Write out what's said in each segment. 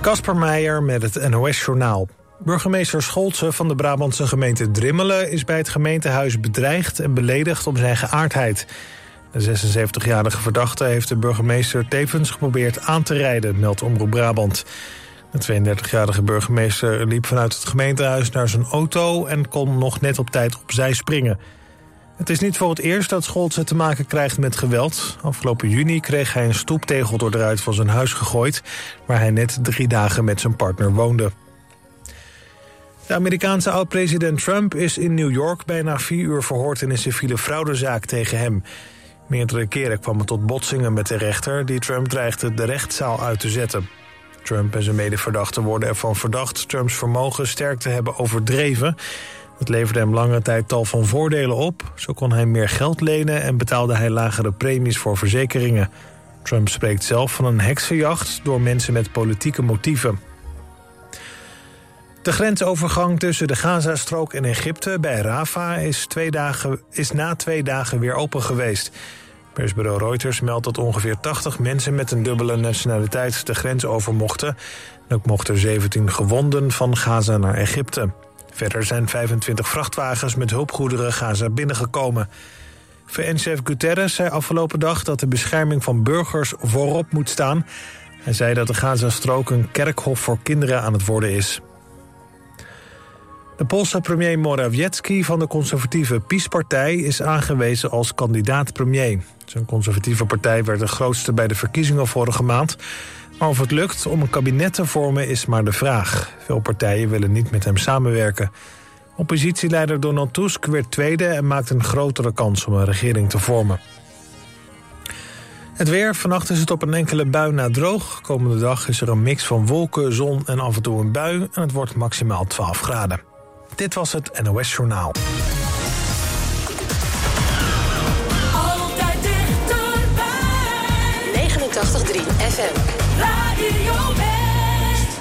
Kasper Meijer met het NOS-journaal. Burgemeester Scholtse van de Brabantse gemeente Drimmelen is bij het gemeentehuis bedreigd en beledigd om zijn geaardheid. De 76-jarige verdachte heeft de burgemeester tevens geprobeerd aan te rijden, meldt Omroep Brabant. De 32-jarige burgemeester liep vanuit het gemeentehuis naar zijn auto en kon nog net op tijd opzij springen. Het is niet voor het eerst dat Scholtse te maken krijgt met geweld. Afgelopen juni kreeg hij een stoeptegel door de ruit van zijn huis gegooid, waar hij net 3 dagen met zijn partner woonde. De Amerikaanse oud-president Trump is in New York bijna 4 uur verhoord in een civiele fraudezaak tegen hem. Meerdere keren kwam het tot botsingen met de rechter die Trump dreigde de rechtszaal uit te zetten. Trump en zijn medeverdachten worden ervan verdacht Trumps vermogen sterk te hebben overdreven. Het leverde hem lange tijd tal van voordelen op. Zo kon hij meer geld lenen en betaalde hij lagere premies voor verzekeringen. Trump spreekt zelf van een heksenjacht door mensen met politieke motieven. De grensovergang tussen de Gazastrook en Egypte bij Rafah is na 2 dagen weer open geweest. Persbureau Reuters meldt dat ongeveer 80 mensen met een dubbele nationaliteit de grens over mochten. En ook mochten 17 gewonden van Gaza naar Egypte. Verder zijn 25 vrachtwagens met hulpgoederen Gaza binnengekomen. VN-chef Guterres zei afgelopen dag dat de bescherming van burgers voorop moet staan. Hij zei dat de Gazastrook een kerkhof voor kinderen aan het worden is. De Poolse premier Morawiecki van de conservatieve PiS-partij is aangewezen als kandidaat-premier. Zijn conservatieve partij werd de grootste bij de verkiezingen vorige maand. Maar of het lukt om een kabinet te vormen is maar de vraag. Veel partijen willen niet met hem samenwerken. Oppositieleider Donald Tusk werd tweede en maakt een grotere kans om een regering te vormen. Het weer, vannacht is het op een enkele bui na droog. Komende dag is er een mix van wolken, zon en af en toe een bui. En het wordt maximaal 12 graden. Dit was het NOS Journaal. Altijd dichterbij. 89.3 FM. Radio West.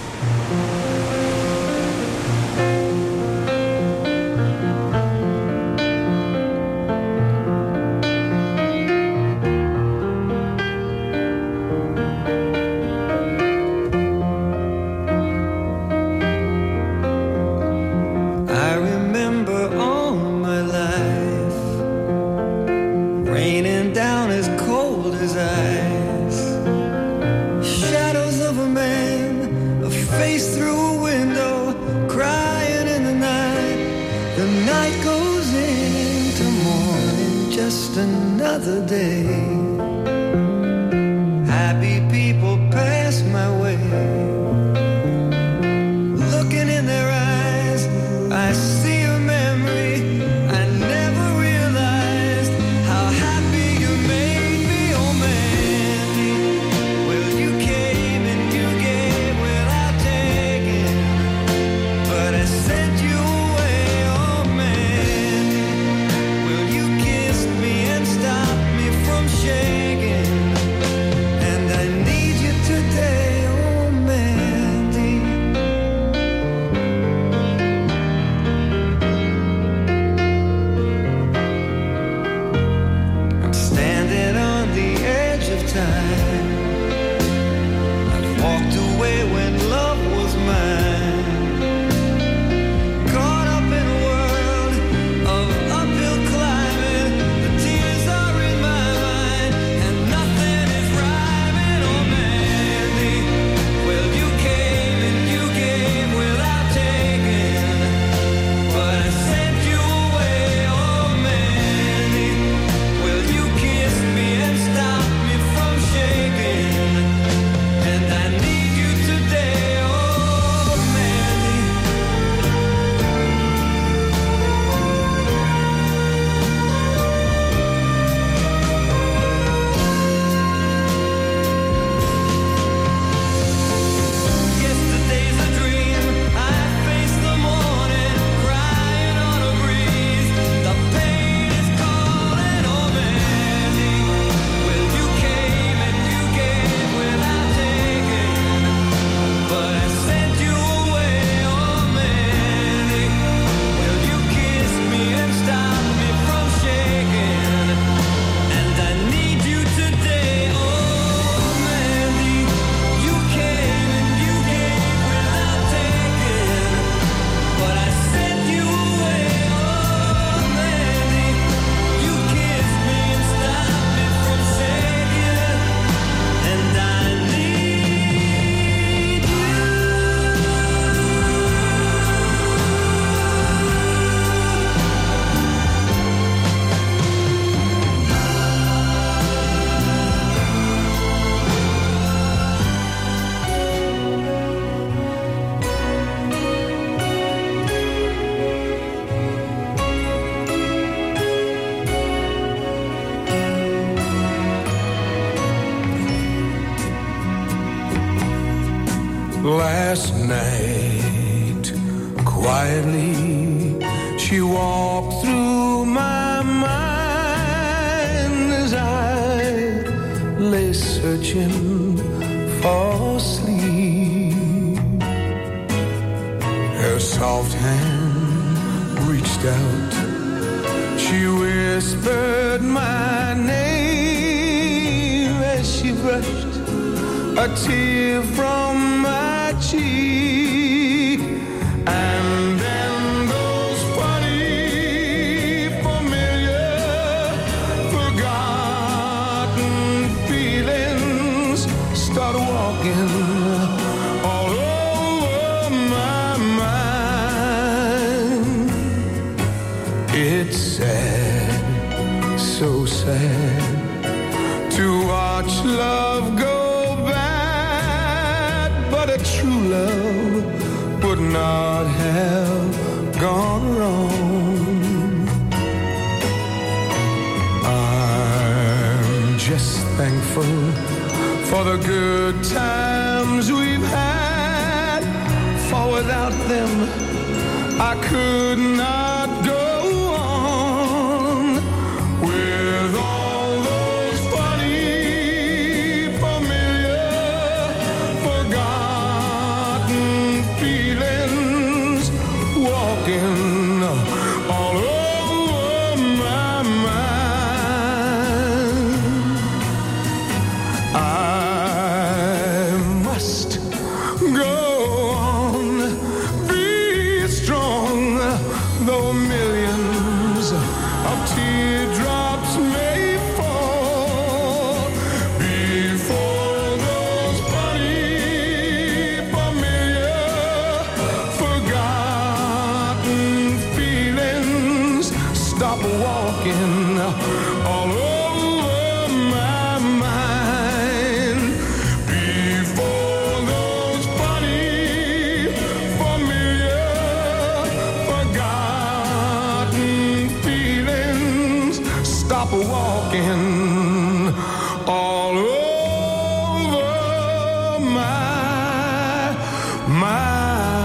I remember all my life raining down as cold as ice. Shadows of a man, a face through a window, crying in the night. The night goes into morning, just another day. Happy people pass my way. Looking in their eyes, I see a memory. I never realized how happy you made me, oh Mandy. Well, you came and you gave without taking, but I sent you away, oh Mandy. Well, you kissed me and stopped me from shaking. Last night, quietly, she walked through my mind as I lay searching for sleep. Her soft hand reached out, she whispered my name as she brushed a tear from my cheek. And then those funny, familiar, forgotten feelings start walking all over my mind. It's sad, so sad, to watch love go. True love would not have gone wrong. I'm just thankful for the good times we've had, for without them I could not go on with all those funny, familiar, forgotten feelings walking all over my mind. I must go on, be strong, though millions of teardrops may fall before those funny, familiar, forgotten feelings stop walking all over my mind. Before those funny, familiar, forgotten feelings stop walking all over my mind.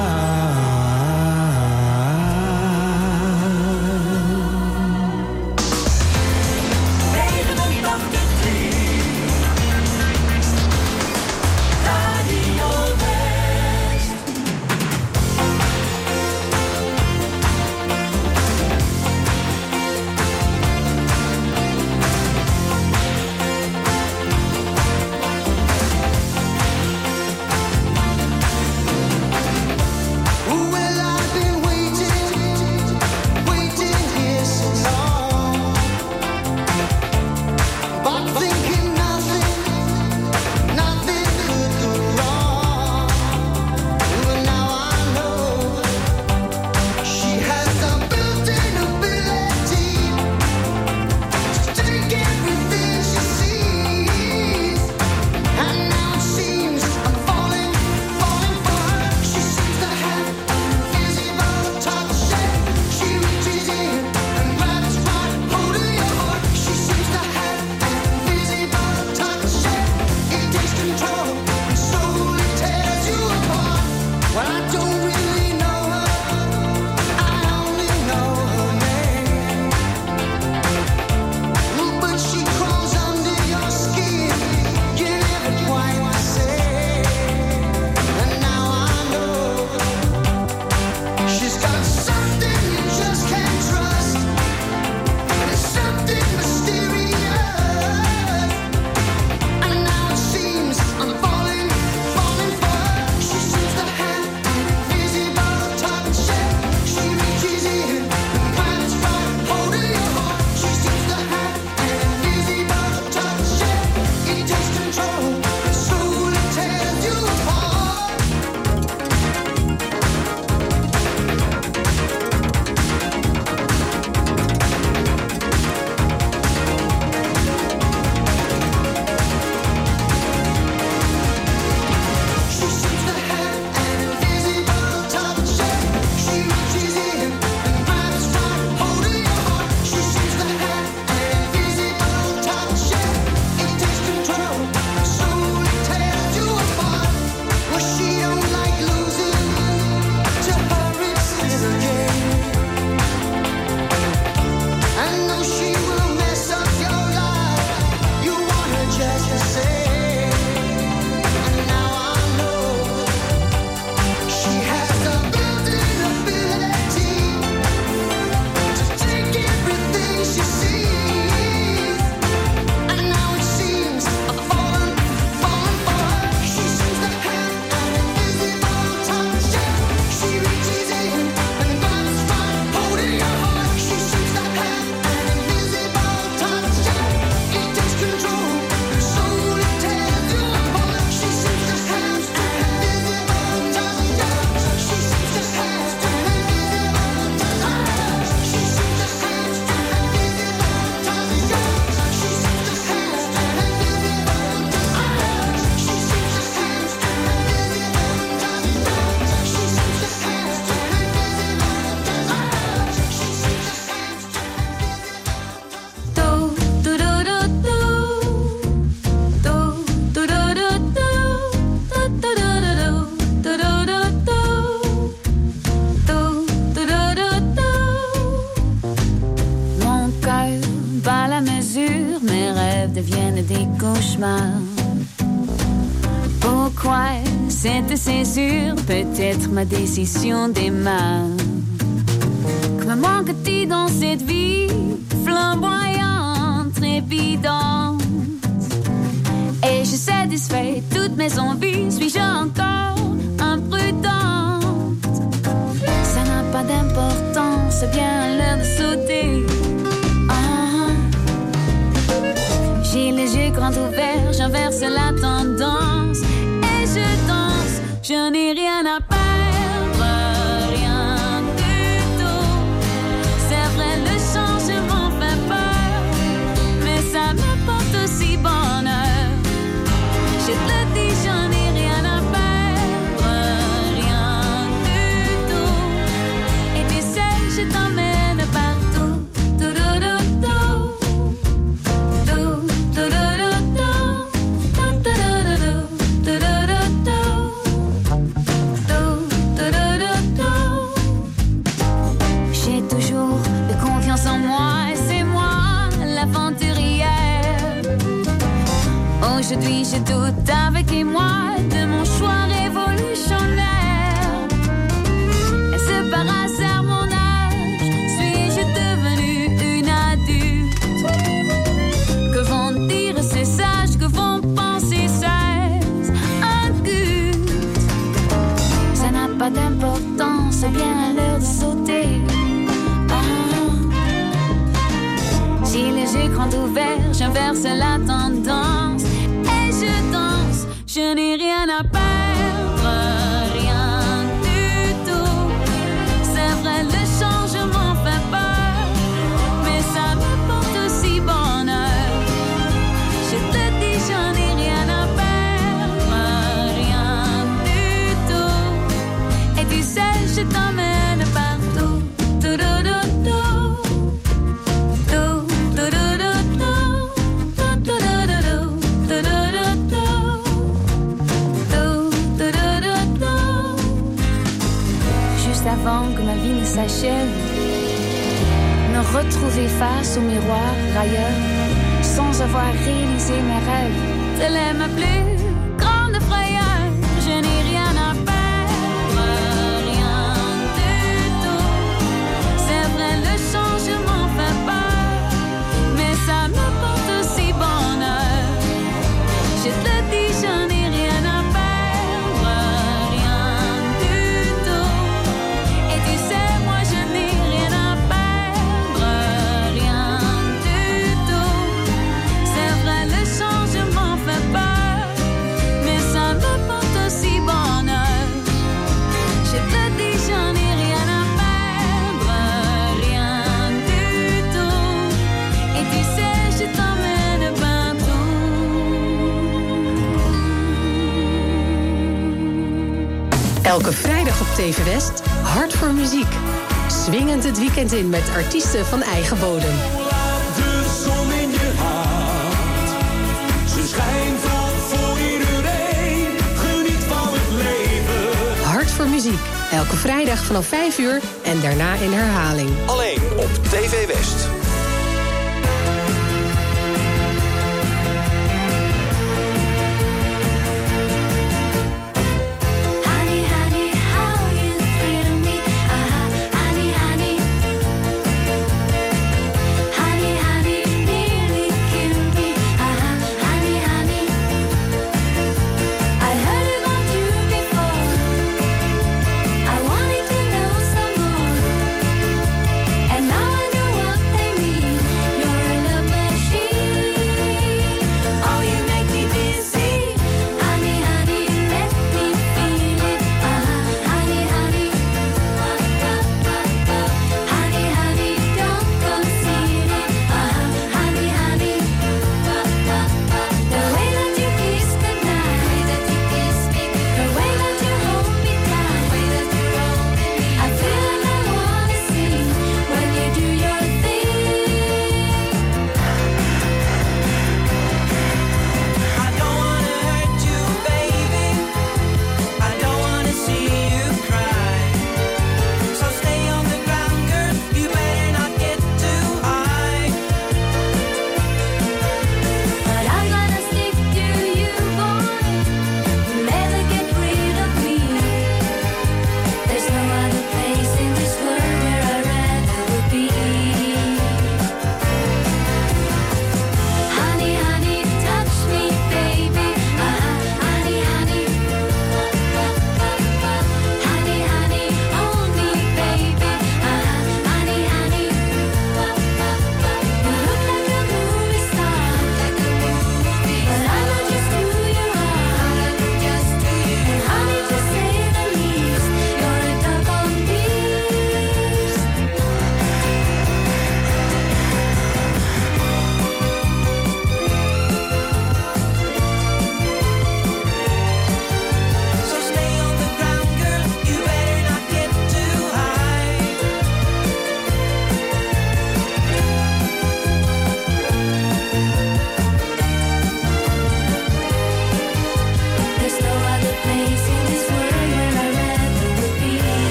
Radio West. C'était c'est sûr, peut-être ma décision démarre. Que me manque-t-il dans cette vie flamboyante, trépidante? Et je satisfais toutes mes envies, suis-je encore imprudente? Ça n'a pas d'importance, c'est bien l'heure de sauter. J'ai les yeux grands ouverts, j'inverse la tendance. Et je danse, je n'ai rien à perdre, rien du tout. C'est vrai, le changement fait peur, mais ça me porte aussi bonheur. Je te dis, je n'ai rien à perdre, rien du tout. Et tu sais, je t'emmène partout. J'ai toujours de confiance en moi, et c'est moi l'aventurière. Aujourd'hui je doute avec moi de mon choix révolutionnaire. Est-ce par hasard mon âge? Suis-je devenue une adulte? Que vont dire ces sages? Que vont penser ces adultes? Ça n'a pas d'importance, c'est bien l'heure de sauter. J'ai les yeux grands ouverts, j'inverse la tendance. Et je danse, je n'ai rien à perdre, rien du tout. C'est vrai, le changement fait peur, mais ça me porte aussi bonheur. Je te dis, je n'ai rien à perdre, rien du tout. Et tu sais, je t'emmène partout. Juste avant que ma vie ne s'achève, me retrouver face au miroir ailleurs, sans avoir réalisé mes rêves. Telle est ma plus grande frayeur. Je n'ai rien à perdre, rien du tout. C'est vrai, le changement fait peur, mais ça me porte aussi bonheur. Je te dis, je n'ai rien à perdre, rien du tout. Et tu sais, moi je n'ai rien à perdre, rien du tout. C'est vrai, le changement fait peur, mais ça me porte aussi bonheur. Je te dis, je n'ai rien à perdre, rien du tout. Et tu sais, je t'emmène partout. Elke vrijdag op TV West, Hart voor Muziek. Swingend het weekend in met artiesten van eigen bodem. Laat de zon in je hart. Ze schijnt voor iedereen. Geniet van het leven. Hart voor Muziek, elke vrijdag vanaf 5 uur en daarna in herhaling. Alleen op TV West. Honey, honey, how you thrill me. Honey, honey. Honey, honey, nearly killed me. Honey, honey. I heard about you before. I wanted to know some more. And now I know what they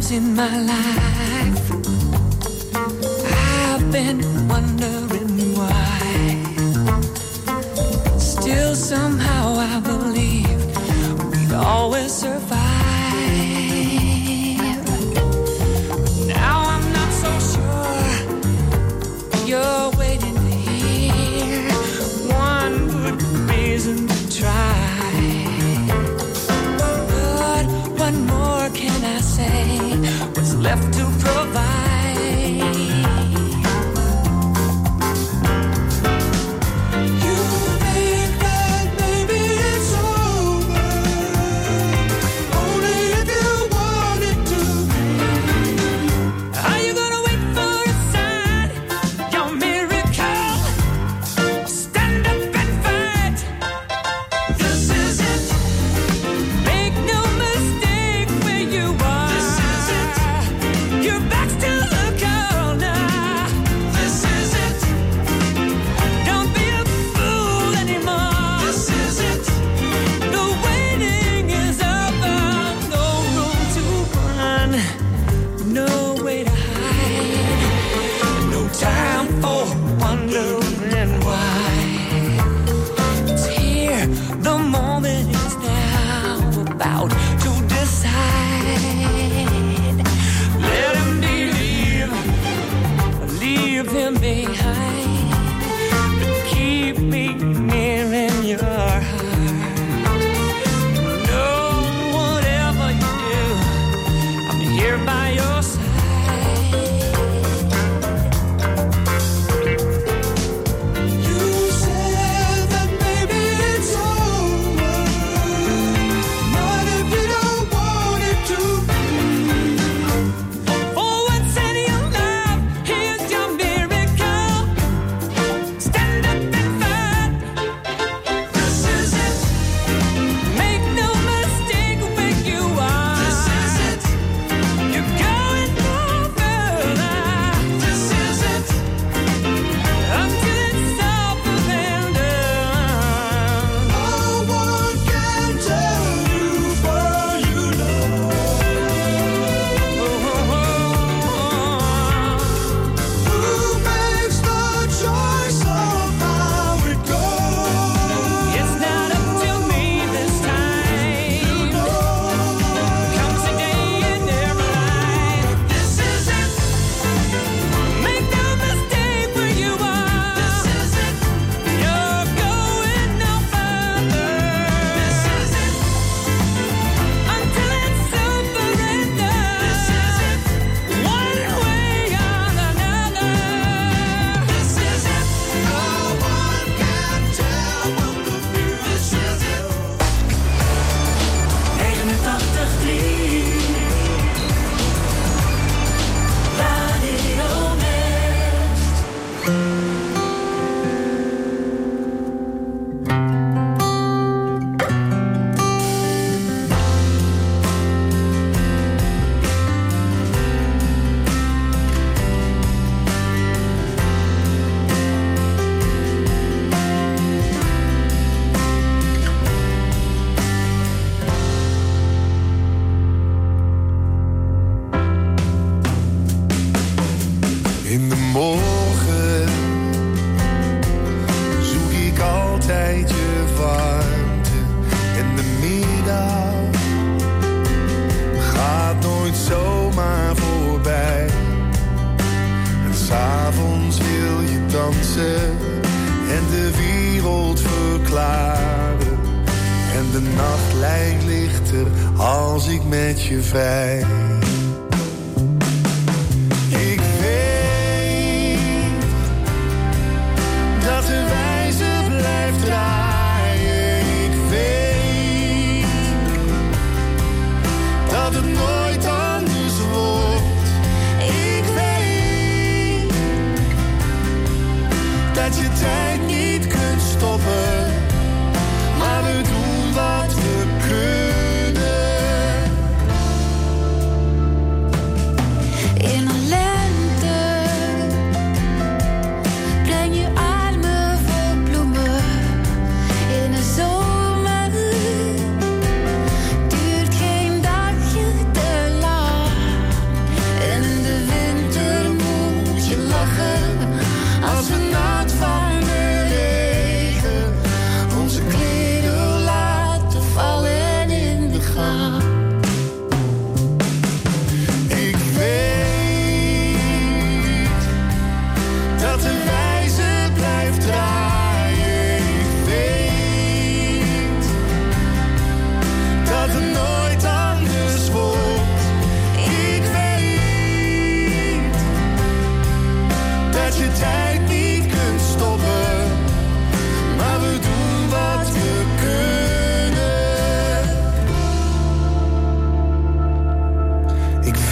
times in my life I've been wondering why. Still somehow I believe we'd always survive. Now I'm not so sure you're waiting to hear one good reason to try. But what more can I say? What's left to provide?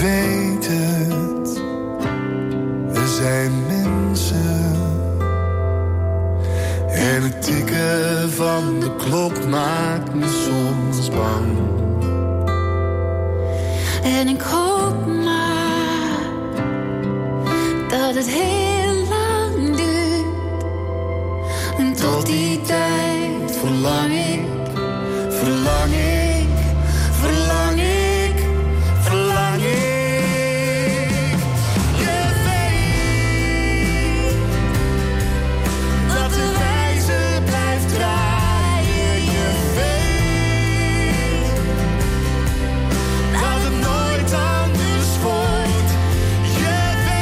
weet het, we zijn mensen. En het tikken van de klok maakt me soms bang. En ik hoop maar dat het heel lang duurt. En tot die tijd verlang ik, verlang ik, verlang ik, verlang ik. Je weet dat de wijze blijft draaien. Je weet dat het nooit anders wordt. Je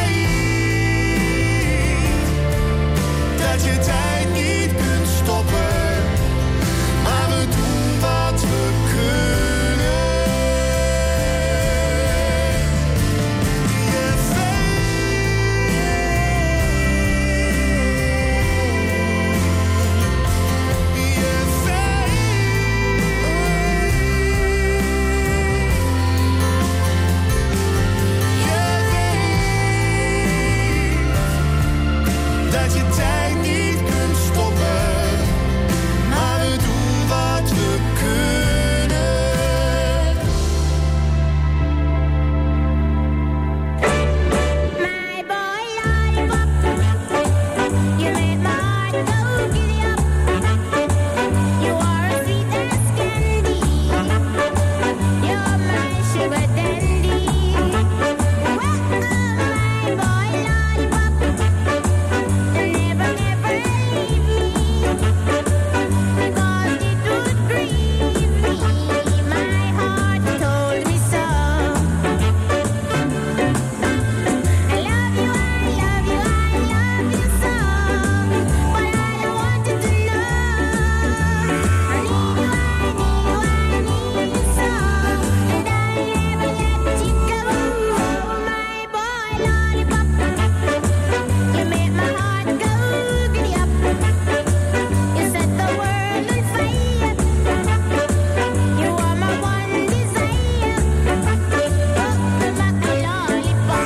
weet dat je tijd niet kunt stoppen. Maar we doen wat we kunnen. Je dat je tijd niet kunt stoppen, maar we doen wat we kunnen. My boy lollipop, you make my heart go giddy up. You are as sweet as candy. You're my sugar dandy. My boy lollipop, never, never leave me, because it would grieve me. My heart told me so. I love you, I love you, I love you so. But I don't want you to know. I need you, I need you, I need you so. And I'll never let you go. My boy lollipop, you make my heart go giddy up. You set the world on fire. You are my one desire. Oh, my lollipop.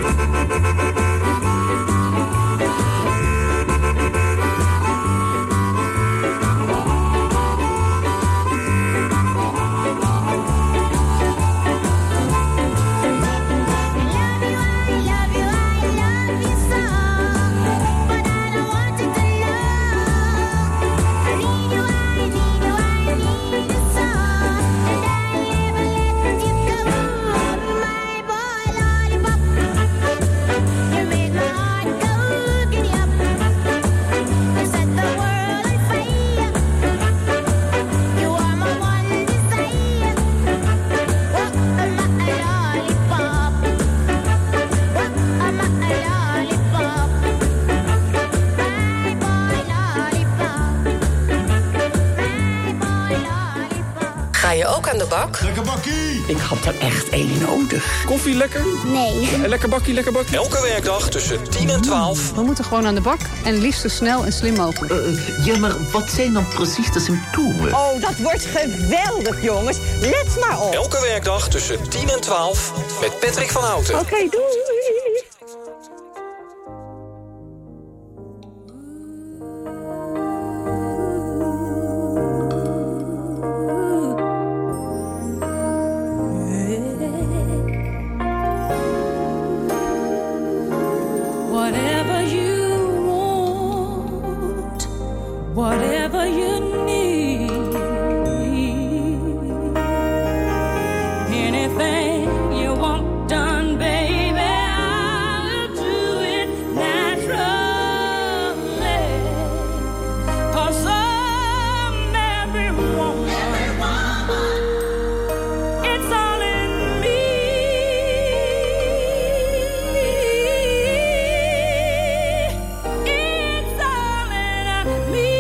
Ga je ook aan de bak? Lekker bakkie! Ik had er echt één nodig. Koffie lekker? Nee. Lekker bakkie, lekker bakkie. Elke werkdag tussen 10 en 12. We moeten gewoon aan de bak en liefst zo snel en slim mogelijk. Ja, maar wat zijn dan precies de symptomen? Oh, dat wordt geweldig, jongens. Let maar op. Elke werkdag tussen 10 en 12 met Patrick van Houten. Oké, doei. Whatever you want, whatever you need, anything you want done, baby, I'll do it naturally. 'Cause I'm every woman, it's all in me. It's all in me.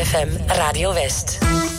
3FM Radio West.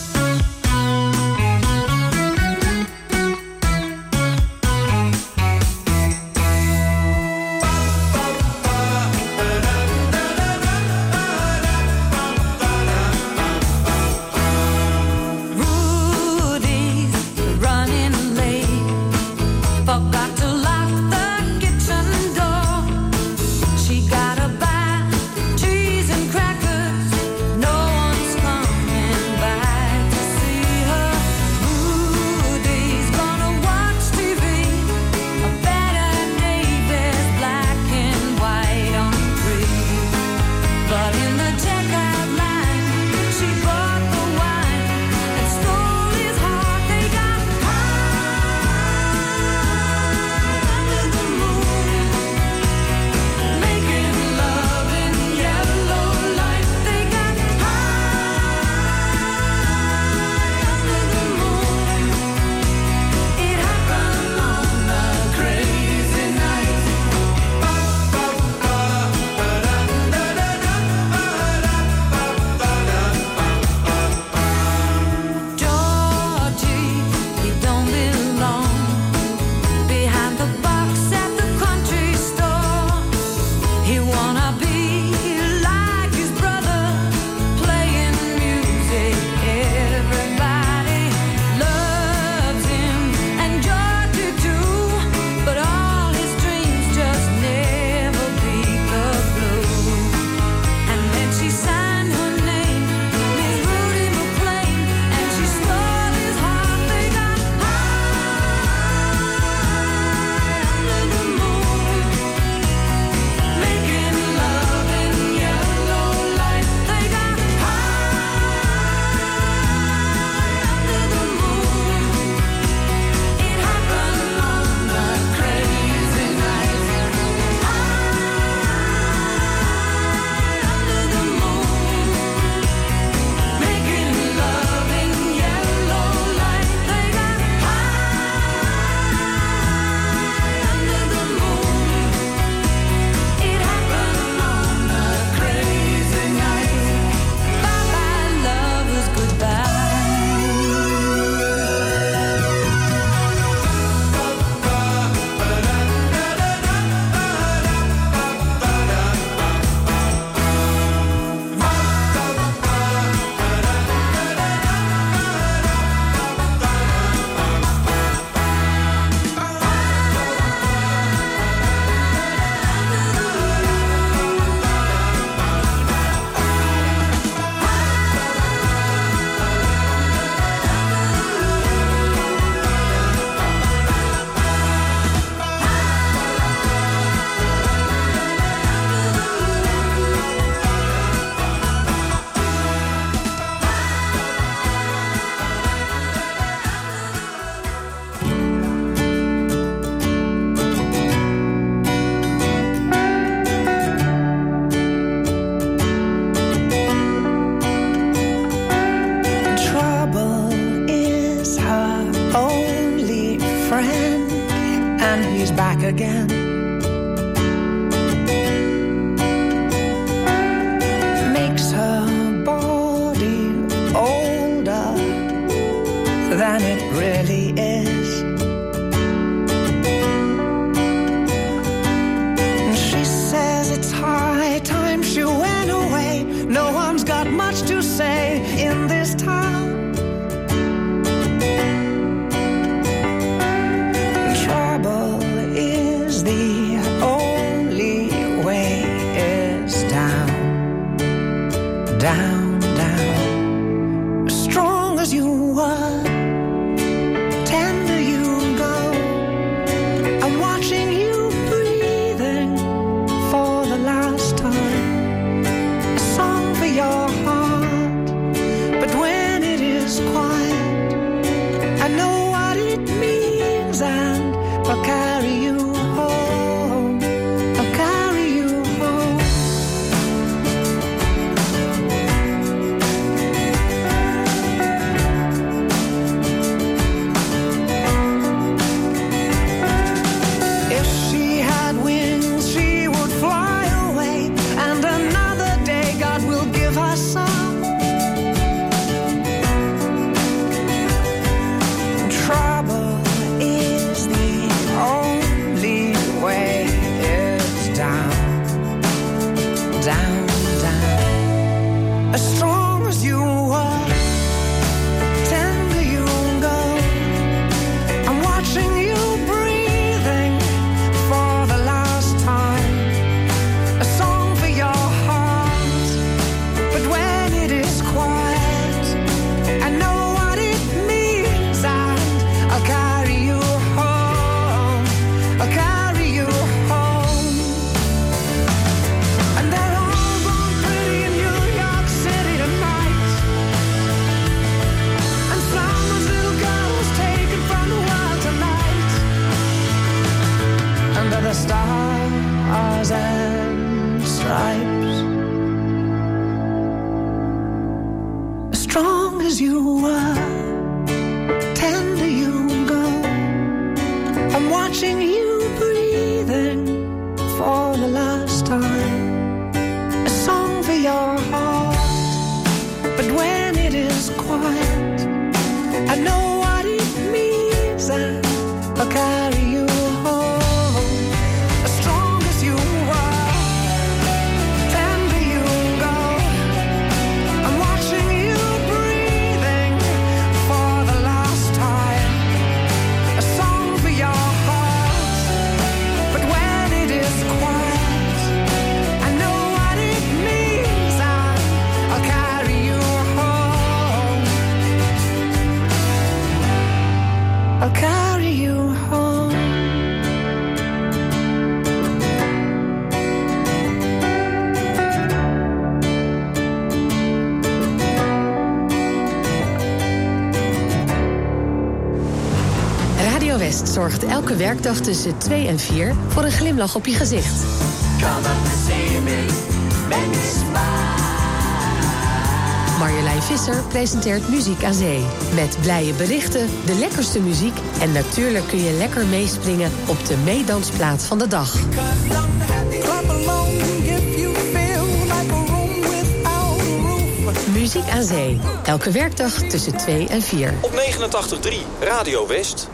Again. Makes her body older than it really is. And she says it's high time she went away. No one's got much to say in this town. Trouble is the only way is down, down, down. As strong as you were, tender you go. I'm watching you breathing for the last time. A song for your heart, but when it is quiet, I know what it means and I'll carry you home, I'll carry you home. strong as you were, tender you go. I'm watching you breathing for the last time. A song for your heart, but when it is quiet, I know what it means, and I'll carry you home. As strong as you are, tender you go. I'm watching you breathing for the last time. A song for your heart, but when it is quiet, I know what it means, and I'll carry you home. I'll carry you home. Radio West zorgt elke werkdag tussen 2 en 4 voor een glimlach op je gezicht. Marjolein Visser presenteert Muziek aan Zee. Met blije berichten, de lekkerste muziek en natuurlijk kun je lekker meespringen op de meedansplaat van de dag. Muziek aan Zee. Elke werkdag tussen 2 en 4. Op 89.3 Radio West.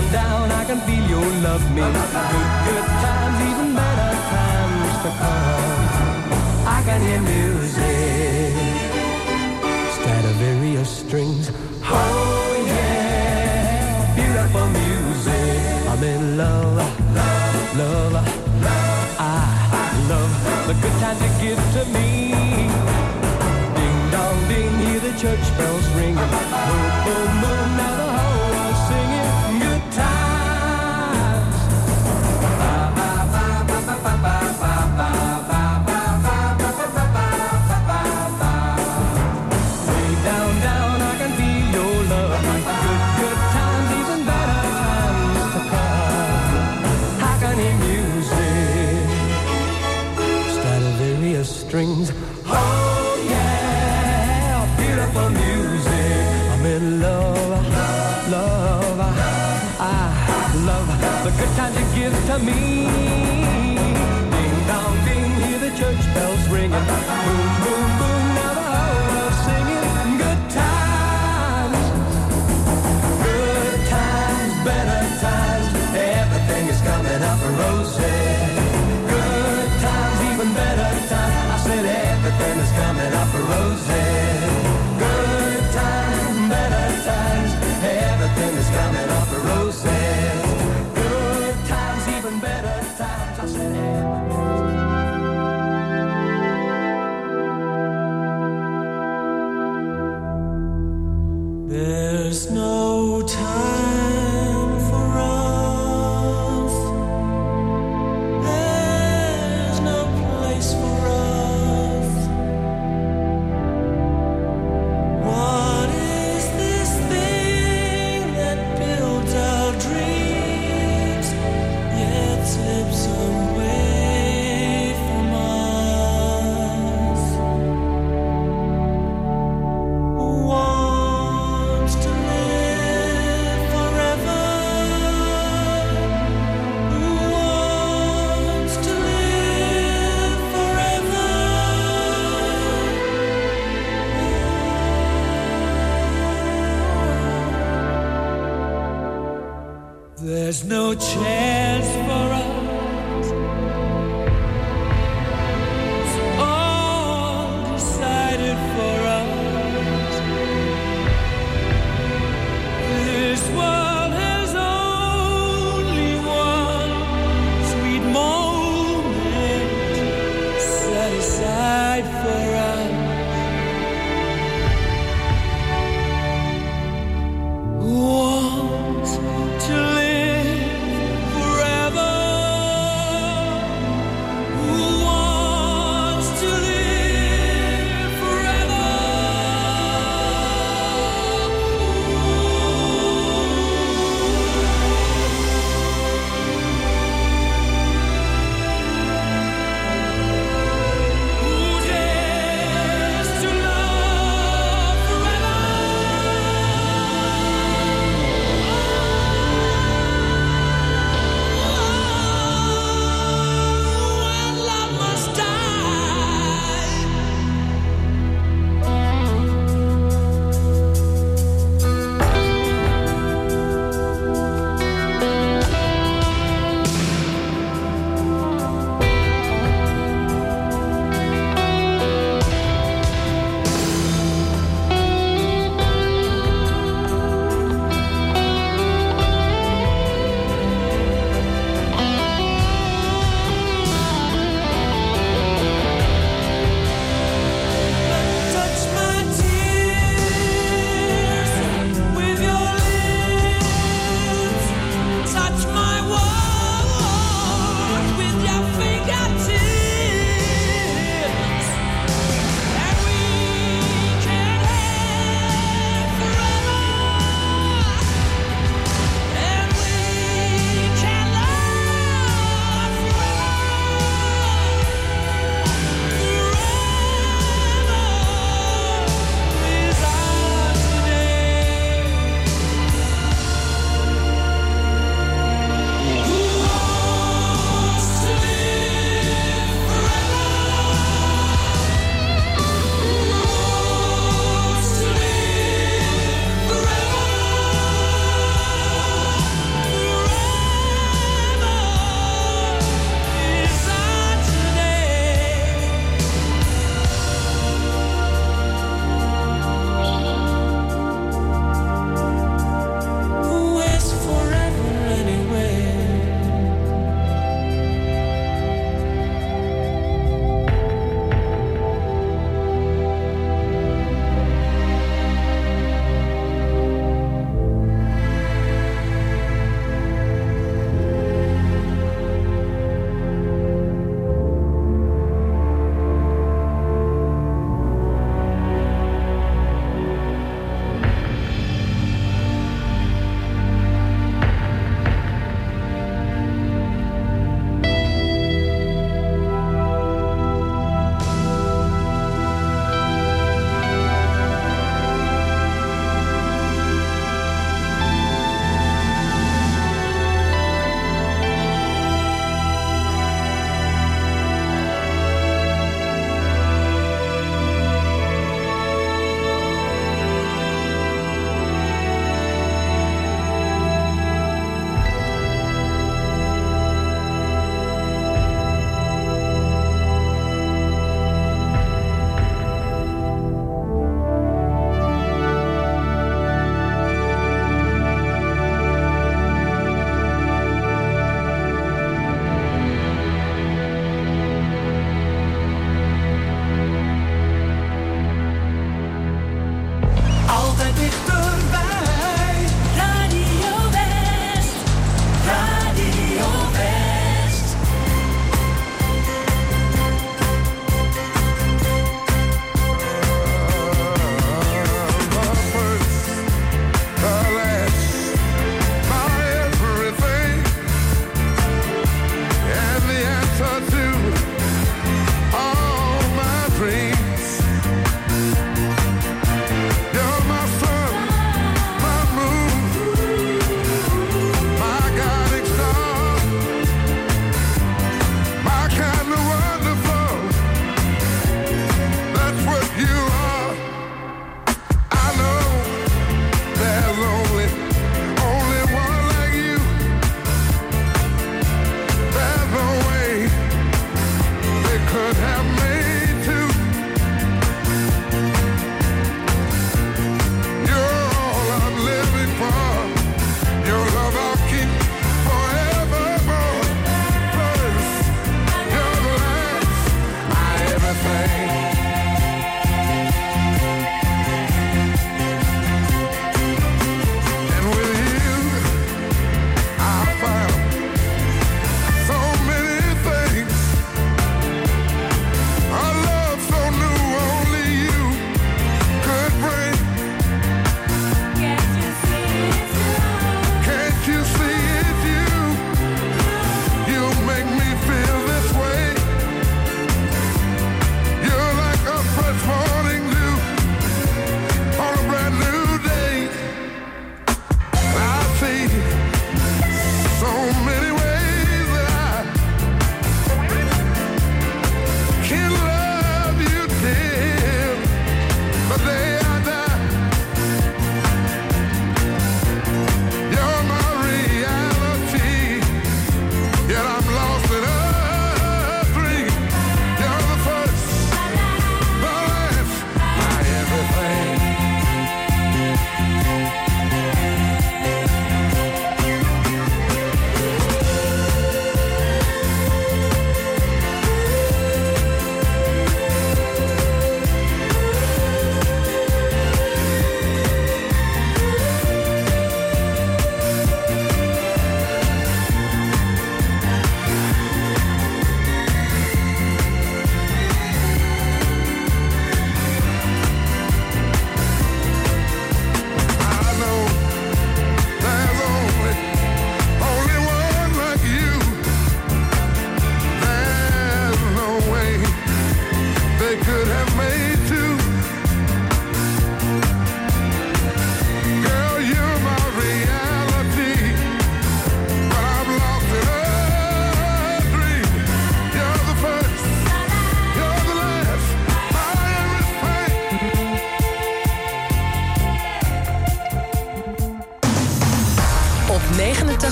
down, I can feel your love me. Good times, even better times to come. I can hear music, Stradivarius strings. Oh yeah, beautiful music. I'm in love, love. I love the good times you give to me. Ding dong ding, hear the church bells ringing. Boom boom boom, now the whole world's singing. Good times. Ba ba ba ba ba ba ba ba ba ba ba ba ba ba. Way down down, I can feel your love. Good times, even better times to come. I can hear music, Stradivarius strings. Oh yeah, beautiful music. I'm in love, love. I love the good times you give to me. Ding dong ding, hear the church bells ringing. Boom boom boom, now the whole world's singing. Good times, better times. Everything is coming up roses. Good times, even better times. I said everything is coming up roses. Good times, better times. Everything is coming up roses. Good times, even better times. I said There's no time for us. There's no place for us. What is this thing that builds our dreams yet slips away from us? Who wants to live forever? Who wants to live forever? There's no chance for us. It's all decided for us. This world has only one sweet moment set aside for us. Who wants to live forever?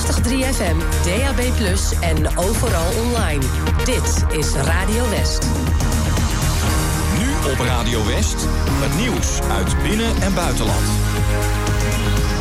89.3 FM, DAB+ en overal online. Dit is Radio West. Nu op Radio West, het nieuws uit binnen- en buitenland.